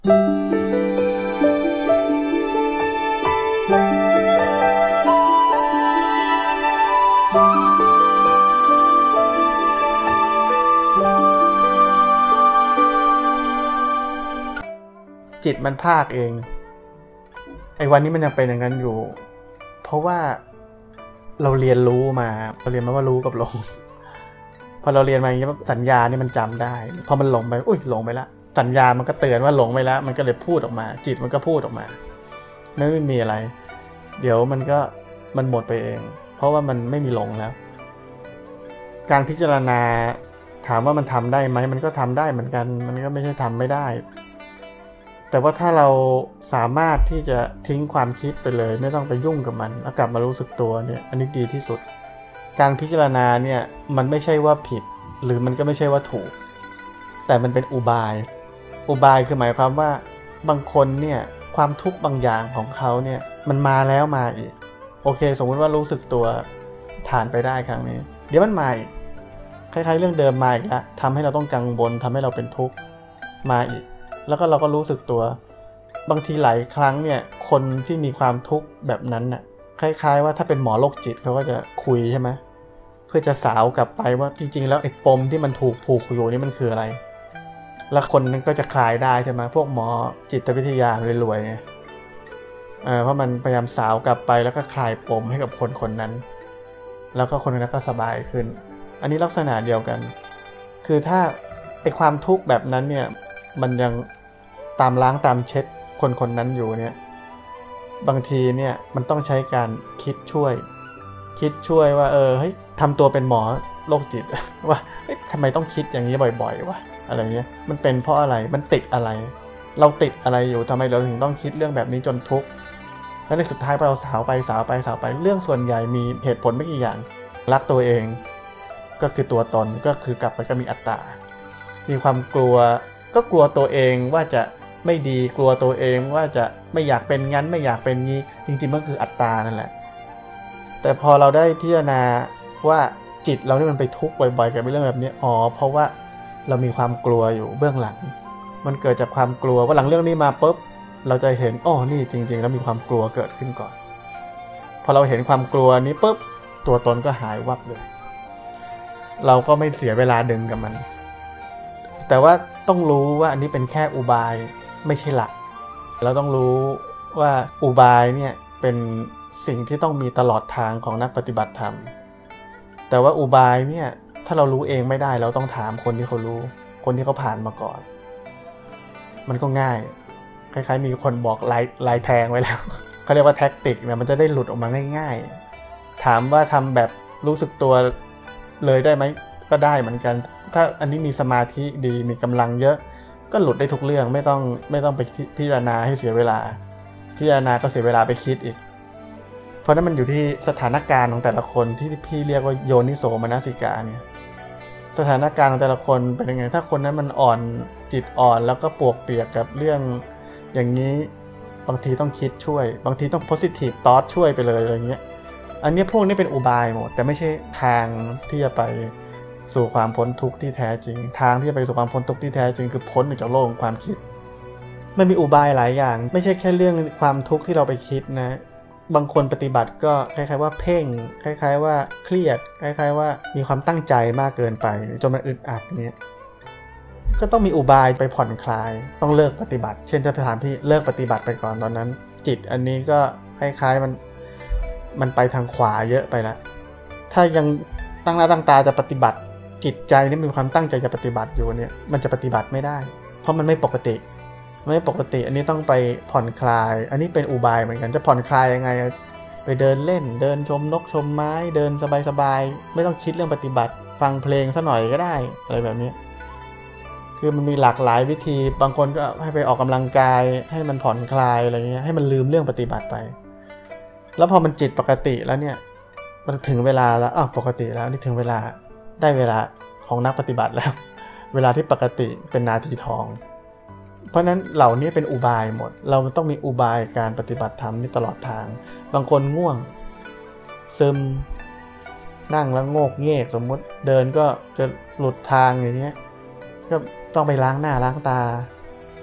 จิตมันภาคเองไอ้วันนี้มันยังเป็นอย่างนั้นอยู่เพราะว่าเราเรียนรู้มาว่ารู้กับหลงพอเราเรียนมาอย่างนี้สัญญานี่มันจำได้พอมันหลงไปหลงไปแล้วสัญญามันก็เตือนว่าหลงไปแล้วมันก็เลยพูดออกมาจิตมันก็พูดออกมาไม่มีอะไรเดี๋ยวมันหมดไปเองเพราะว่ามันไม่มีหลงแล้วการพิจารณาถามว่ามันทำได้ไหมมันก็ทำได้เหมือนกันมันก็ไม่ใช่ทำไม่ได้แต่ว่าถ้าเราสามารถที่จะทิ้งความคิดไปเลยไม่ต้องไปยุ่งกับมันแล้วกลับมารู้สึกตัวเนี่ยอันนี้ดีที่สุดการพิจารณาเนี่ยมันไม่ใช่ว่าผิดหรือมันก็ไม่ใช่ว่าถูกแต่มันเป็นอุบายคือหมายความว่าบางคนเนี่ยความทุกข์บางอย่างของเขาเนี่ยมันมาแล้วมาอีกโอเคสมมุติว่ารู้สึกตัวผ่านไปได้ครั้งนี้เดี๋ยวมันมาอีกคล้ายๆเรื่องเดิมมาอีกแล้วทำให้เราต้องกังวลทำให้เราเป็นทุกข์มาอีกแล้วก็เราก็รู้สึกตัวบางทีหลายครั้งเนี่ยคนที่มีความทุกข์แบบนั้นน่ะคล้ายๆว่าถ้าเป็นหมอโรคจิตเขาก็จะคุยใช่ไหมเพื่อจะสาวกลับไปว่าจริงๆแล้วไอ้ปมที่มันถูกผูกอยู่นี่มันคืออะไรแล้วคนนั้นก็จะคลายได้ใช่ไหมพวกหมอจิตวิทยารวยๆไงเพราะมันพยายามสาวกลับไปแล้วก็คลายปมให้กับคนนั้นแล้วก็คนนั้นก็สบายขึ้นอันนี้ลักษณะเดียวกันคือถ้าไอ้ความทุกข์แบบนั้นเนี่ยมันยังตามล้างตามเช็ดคนนั้นอยู่เนี่ยบางทีเนี่ยมันต้องใช้การคิดช่วยว่าเฮ้ยทำตัวเป็นหมอโรคจิตว่าทำไมต้องคิดอย่างนี้บ่อยๆวะอะไรเงี้ยมันเป็นเพราะอะไรมันติดอะไรเราติดอะไรอยู่ทำไมเราถึงต้องคิดเรื่องแบบนี้จนทุกข์แล้วในสุดท้ายพอเราสาวไปเรื่องส่วนใหญ่มีเหตุผลไม่กี่อย่างรักตัวเองก็คือตัวตนก็คือกลับไปก็มีอัตตามีความกลัวก็กลัวตัวเองว่าจะไม่ดีกลัวตัวเองว่าจะไม่อยากเป็นงั้นไม่อยากเป็นงี้จริงๆมันคืออัตตานั่นแหละแต่พอเราได้พิจารณาว่าจิตเรานี่มันไปทุกข์บ่อยๆกับเรื่องแบบนี้เพราะว่าเรามีความกลัวอยู่เบื้องหลังมันเกิดจากความกลัวว่าหลังเรื่องนี้มาปุ๊บเราจะเห็นนี่จริงๆแล้วมีความกลัวเกิดขึ้นก่อนพอเราเห็นความกลัวนี้ปุ๊บตัวตนก็หายวับเลยเราก็ไม่เสียเวลาดึงกับมันแต่ว่าต้องรู้ว่าอันนี้เป็นแค่อุบายไม่ใช่หลักเราต้องรู้ว่าอุบายเนี่ยเป็นสิ่งที่ต้องมีตลอดทางของนักปฏิบัติธรรมแต่ว่าอุบายเนี่ยถ้าเรารู้เองไม่ได้เราต้องถามคนที่เขารู้คนที่เขาผ่านมาก่อนมันก็ง่ายคล้ายๆมีคนบอกลายแทงไว้แล้ว เขาเรียกว่าแท็กติกเนี่ยมันจะได้หลุดออกมาง่ายๆถามว่าทำแบบรู้สึกตัวเลยได้ไหมก็ได้เหมือนกันถ้าอันนี้มีสมาธิดีมีกำลังเยอะก็หลุดได้ทุกเรื่องไม่ต้องไปพิจารณาให้เสียเวลาพิจารณาก็เสียเวลาไปคิดอีกเพราะนั้นมันอยู่ที่สถานการณ์ของแต่ละคนที่พี่เรียกว่าโยนิโสมนสิการเนี่ยสถานการณ์ของแต่ละคนเป็นยังไงถ้าคนนั้นมันอ่อนจิตอ่อนแล้วก็ปวกเปียกกับเรื่องอย่างนี้บางทีต้องคิดช่วยบางทีต้อง positive thought ช่วยไปเลยอะไรเงี้ยอันนี้พวกนี้เป็นอุบายหมดแต่ไม่ใช่ทางที่จะไปสู่ความพ้นทุกข์ที่แท้จริงทางที่จะไปสู่ความพ้นทุกข์ที่แท้จริงคือพ้นจากโลกของความคิดมันมีอุบายหลายอย่างไม่ใช่แค่เรื่องความทุกข์ที่เราไปคิดนะบางคนปฏิบัติก็คล้ายๆว่าเพ่งคล้ายๆว่าเครียดคล้ายๆว่ามีความตั้งใจมากเกินไปจนมันอึดอัดเงี้ยก็ต้องมีอุบายไปผ่อนคลายต้องเลิกปฏิบัติเช่นจะถามพี่เลิกปฏิบัติไปก่อนตอนนั้นจิตอันนี้ก็คล้ายๆมันไปทางขวาเยอะไปแล้วถ้ายังตั้งหน้าตั้งตาจะปฏิบัติจิตใจนี่มีความตั้งใจจะปฏิบัติอยู่เนี่ยมันจะปฏิบัติไม่ได้เพราะมันไม่ปกติอันนี้ต้องไปผ่อนคลายอันนี้เป็นอุบายเหมือนกันจะผ่อนคลายยังไงไปเดินเล่นเดินชมนกชมไม้เดินสบายๆไม่ต้องคิดเรื่องปฏิบัติฟังเพลงซะหน่อยก็ได้อะไรแบบนี้คือมันมีหลากหลายวิธีบางคนก็ให้ไปออกกำลังกายให้มันผ่อนคลายอะไรเงี้ยให้มันลืมเรื่องปฏิบัติไปแล้วพอมันจิตปกติแล้วเนี่ยมันถึงเวลาแล้วปกติแล้วนี่ถึงเวลาได้เวลาของนักปฏิบัติแล้วเวลาที่ปกติเป็นนาทีทองเพราะนั้นเหล่านี้เป็นอุบายหมดเราต้องมีอุบายการปฏิบัติธรรมนี่ตลอดทางบางคนง่วงซึมนั่งแล้วโงกเงกสมมุติเดินก็จะหลุดทางอย่างเงี้ยก็ต้องไปล้างหน้าล้างตาไป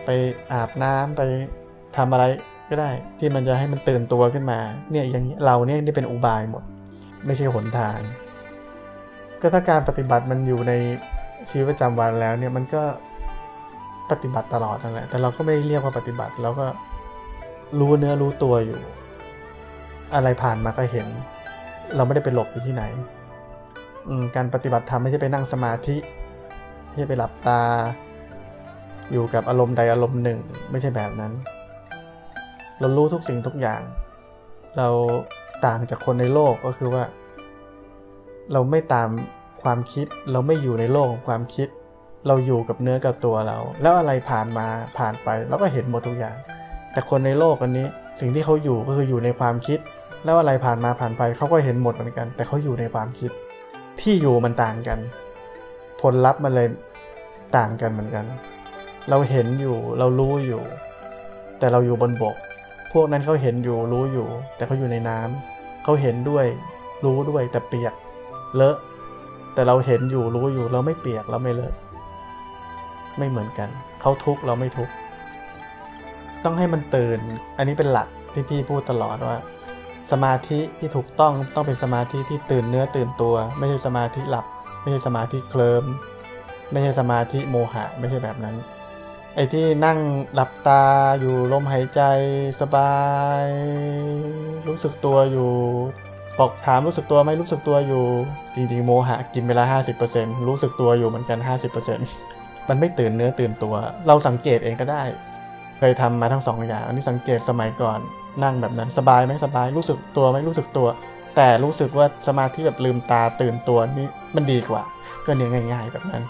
ไปอาบน้ำไปทำอะไรก็ได้ที่มันจะให้มันตื่นตัวขึ้นมาเนี่ยอย่างนี้เราเนี่ยนี่เป็นอุบายหมดไม่ใช่หนทางก็ถ้าการปฏิบัติมันอยู่ในชีวิตประจำวันแล้วเนี่ยมันก็ปฏิบัติตลอดนั่นแหละแต่เราก็ไม่ได้เรียกว่าปฏิบัติเราก็รู้เนื้อรู้ตัวอยู่อะไรผ่านมาก็เห็นเราไม่ได้ไปหลบอยู่ที่ไหนการปฏิบัติธรรมไม่ใช่ไปนั่งสมาธิไม่ใช่ไปหลับตาอยู่กับอารมณ์ใดอารมณ์หนึ่งไม่ใช่แบบนั้นเรารู้ทุกสิ่งทุกอย่างเราต่างจากคนในโลกก็คือว่าเราไม่ตามความคิดเราไม่อยู่ในโลกของความคิดเราอยู่กับเนื้อกับตัวเราแล้วอะไรผ่านมาผ่านไปเราก็เห็นหมดทุกอย่างแต่คนในโลกอันนี้สิ่งที่เขาอยู่ก็คืออยู่ในความคิดแล้วอะไรผ่านมาผ่านไปเขาก็เห็นหมดเหมือนกันแต่เขาอยู่ในความคิดที่อยู่มันต่างกันผลลัพธ์มันเลยต่างกันเหมือนกันเราเห็นอยู่เรารู้อยู่แต่เราอยู่บนบกพวกนั้นเขาเห็นอยู่รู้อยู่แต่เขาอยู่ในน้ำเขาเห็นด้วยรู้ด้วยแต่เปียกเลอะแต่เราเห็นอยู่รู้อยู่เราไม่เปียกเราไม่เลอะไม่เหมือนกันเขาทุกข์เราไม่ทุกข์ต้องให้มันตื่นอันนี้เป็นหลักที่พี่พูดตลอดว่าสมาธิที่ถูกต้องเป็นสมาธิที่ตื่นเนื้อตื่นตัวไม่ใช่สมาธิหลับไม่ใช่สมาธิเคลิ้มไม่ใช่สมาธิโมหะไม่ใช่แบบนั้นไอ้ที่นั่งหลับตาอยู่ลมหายใจสบายรู้สึกตัวอยู่บอกถามรู้สึกตัวไหมรู้สึกตัวอยู่จริงๆโมหะกินเวลา 50% รู้สึกตัวอยู่เหมือนกัน 50% มันไม่ตื่นเนื้อตื่นตัวเราสังเกตเองก็ได้เคยทำมาทั้งสองอย่างอันนี้สังเกตสมัยก่อนนั่งแบบนั้นสบายไหมสบายรู้สึกตัวไหมรู้สึกตัวแต่รู้สึกว่าสมาธิแบบลืมตาตื่นตัวนี่มันดีกว่าก็เนี่ยง่ายๆแบบนั้น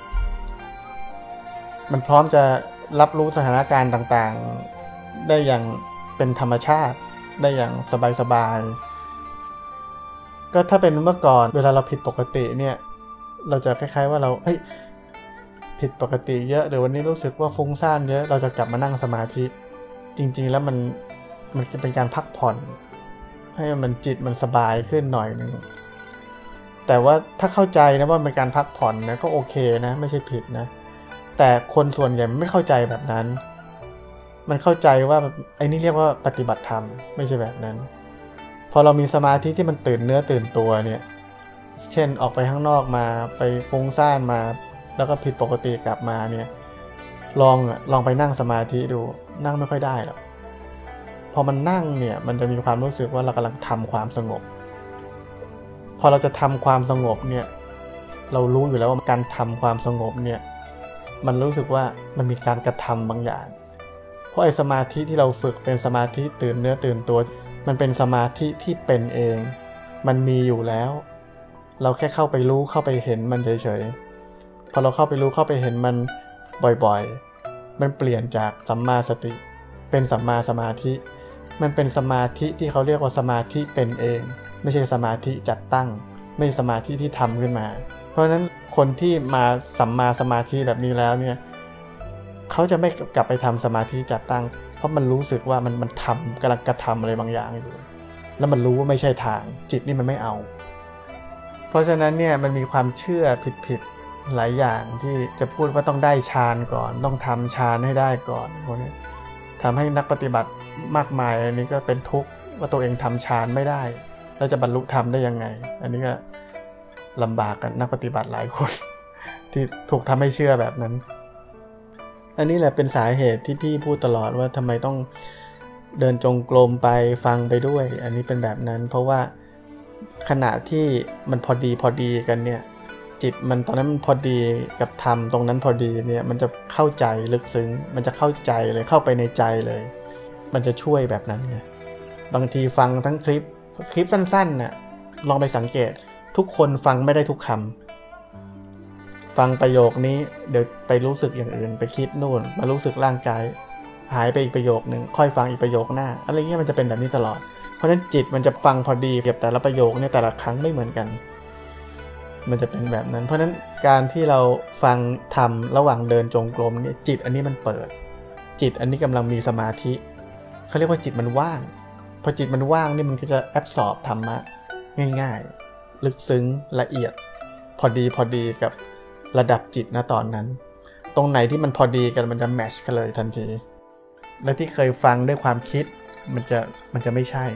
มันพร้อมจะรับรู้สถานการณ์ต่างๆได้อย่างเป็นธรรมชาติได้อย่างสบายๆก็ถ้าเป็นเมื่อก่อนเวลาเราผิดปกติเนี่ยเราจะคล้ายๆว่าเราผิดปกติเยอะเดี๋ยววันนี้รู้สึกว่าฟุ้งซ่านเยอะเราจะกลับมานั่งสมาธิจริงๆแล้วมันจะเป็นการพักผ่อนให้มันจิตมันสบายขึ้นหน่อยนึงแต่ว่าถ้าเข้าใจนะว่าเป็นการพักผ่อนนะก็โอเคนะไม่ใช่ผิดนะแต่คนส่วนใหญ่ไม่เข้าใจแบบนั้นมันเข้าใจว่าไอ้นี่เรียกว่าปฏิบัติธรรมไม่ใช่แบบนั้นพอเรามีสมาธิที่มันตื่นเนื้อตื่นตัวเนี่ยเช่นออกไปข้างนอกมาไปฟุ้งซ่านมาแล้วก็ผิดปกติกลับมาเนี่ยลองไปนั่งสมาธิดูนั่งไม่ค่อยได้หรอกพอมันนั่งเนี่ยมันจะมีความรู้สึกว่าเรากำลังทำความสงบพอเราจะทำความสงบเนี่ยเรารู้อยู่แล้วว่าการทำความสงบเนี่ยมันรู้สึกว่ามันมีการกระทำบางอย่างเพราะไอ้สมาธิที่เราฝึกเป็นสมาธิตื่นเนื้อตื่นตัวมันเป็นสมาธิที่เป็นเองมันมีอยู่แล้วเราแค่เข้าไปรู้เข้าไปเห็นมันเฉยๆพอเราเข้าไปรู้เข้าไปเห็นมันบ่อยๆมันเปลี่ยนจากสัมมาสติเป็นสัมมาสมาธิมันเป็นสมาธิที่เขาเรียกว่าสมาธิเป็นเองไม่ใช่สมาธิจัดตั้งไม่ใช่สมาธิที่ทำขึ้นมาเพราะฉะนั้นคนที่มาสัมมาสมาธิแบบนี้แล้วเนี่ยเขาจะไม่กลับไปทำสมาธิจัดตั้งเพราะมันรู้สึกว่ามันทำกำลังกระทำอะไรบางอย่างอยู่แล้วมันรู้ว่าไม่ใช่ทางจิตนี่มันไม่เอาเพราะฉะนั้นเนี่ยมันมีความเชื่อผิดหลายอย่างที่จะพูดว่าต้องได้ฌานก่อนต้องทำฌานให้ได้ก่อนพวกนี้ทำให้นักปฏิบัติมากมายอันนี้ก็เป็นทุกข์ว่าตัวเองทำฌานไม่ได้แล้วจะบรรลุธรรมได้ยังไงอันนี้ก็ลำบากกันนักปฏิบัติหลายคนที่ถูกทำให้เชื่อแบบนั้นอันนี้แหละเป็นสาเหตุที่พี่พูดตลอดว่าทำไมต้องเดินจงกรมไปฟังไปด้วยอันนี้เป็นแบบนั้นเพราะว่าขณะที่มันพอดีกันเนี่ยจิตมันตอนนั้นมันพอดีกับธรรมตรงนั้นพอดีเนี่ยมันจะเข้าใจลึกซึ้งมันจะเข้าใจเลยเข้าไปในใจเลยมันจะช่วยแบบนั้นไงบางทีฟังทั้งคลิปสั้นๆน่ะลองไปสังเกตทุกคนฟังไม่ได้ทุกคำฟังประโยคนี้เดี๋ยวไปรู้สึกอย่างอื่นไปคิดนู่นมารู้สึกร่างกายหายไปอีกประโยคนึงค่อยฟังอีกประโยคหน้าอะไรเงี้ยมันจะเป็นแบบนี้ตลอดเพราะฉะนั้นจิตมันจะฟังพอดีเก็บแต่ละประโยคเนี่ยแต่ละครั้งไม่เหมือนกันมันจะเป็นแบบนั้นเพราะฉะนั้นการที่เราฟังทำระหว่างเดินจงกรมเนี่ยจิตอันนี้มันเปิดจิตอันนี้กำลังมีสมาธิเขาเรียกว่าจิตมันว่างพอจิตมันว่างนี่มันก็จะแอบสอบธรรมะง่ายๆลึกซึ้งละเอียดพอดีกับระดับจิตณตอนนั้นตรงไหนที่มันพอดีกันมันจะแมทช์กันเลยทันทีและที่เคยฟังด้วยความคิดมันจะไม่ใช่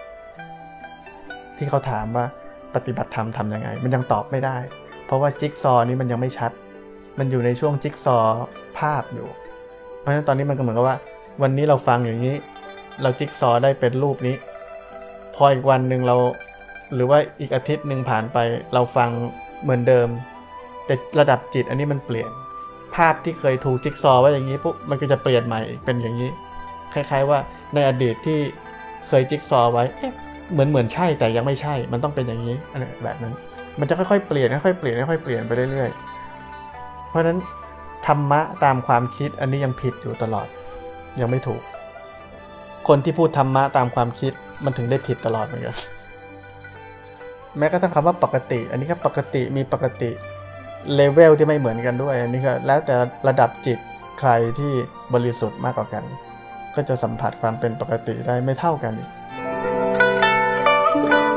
ที่เขาถามว่าปฏิบัติธรรมทำยังไงมันยังตอบไม่ได้เพราะว่าจิ๊กซอว์นี้มันยังไม่ชัดมันอยู่ในช่วงจิ๊กซอว์ภาพอยู่เพราะฉะนั้นตอนนี้มันก็เหมือนกับว่าวันนี้เราฟังอย่างนี้เราจิ๊กซอว์ได้เป็นรูปนี้พออีกวันนึงเราหรือว่าอีกอาทิตย์นึงผ่านไปเราฟังเหมือนเดิมแต่ระดับจิตอันนี้มันเปลี่ยนภาพที่เคยถูกจิ๊กซอว์ไว้อย่างนี้ปุ๊บมันก็จะเปลี่ยนใหม่เป็นอย่างนี้คล้ายๆว่าในอดีตที่เคยจิ๊กซอว์ไว้เหมือนใช่แต่ยังไม่ใช่มันต้องเป็นอย่างนี้อะไรแบบนั้นมันจะค่อยๆเปลี่ยนค่อยๆเปลี่ยนค่อยๆเปลี่ยนไปเรื่อยๆเพราะฉะนั้นธรรมะตามความคิดอันนี้ยังผิดอยู่ตลอดยังไม่ถูกคนที่พูดธรรมะตามความคิดมันถึงได้ผิดตลอดเหมือนกันแม้กระทั่งคำว่าปกติอันนี้ก็ปกติมีปกติเลเวลที่ไม่เหมือนกันด้วยอันนี้ก็แล้วแต่ระดับจิตใครที่บริสุทธิ์มากกว่ากันก็จะสัมผัสความเป็นปกติได้ไม่เท่ากันอีก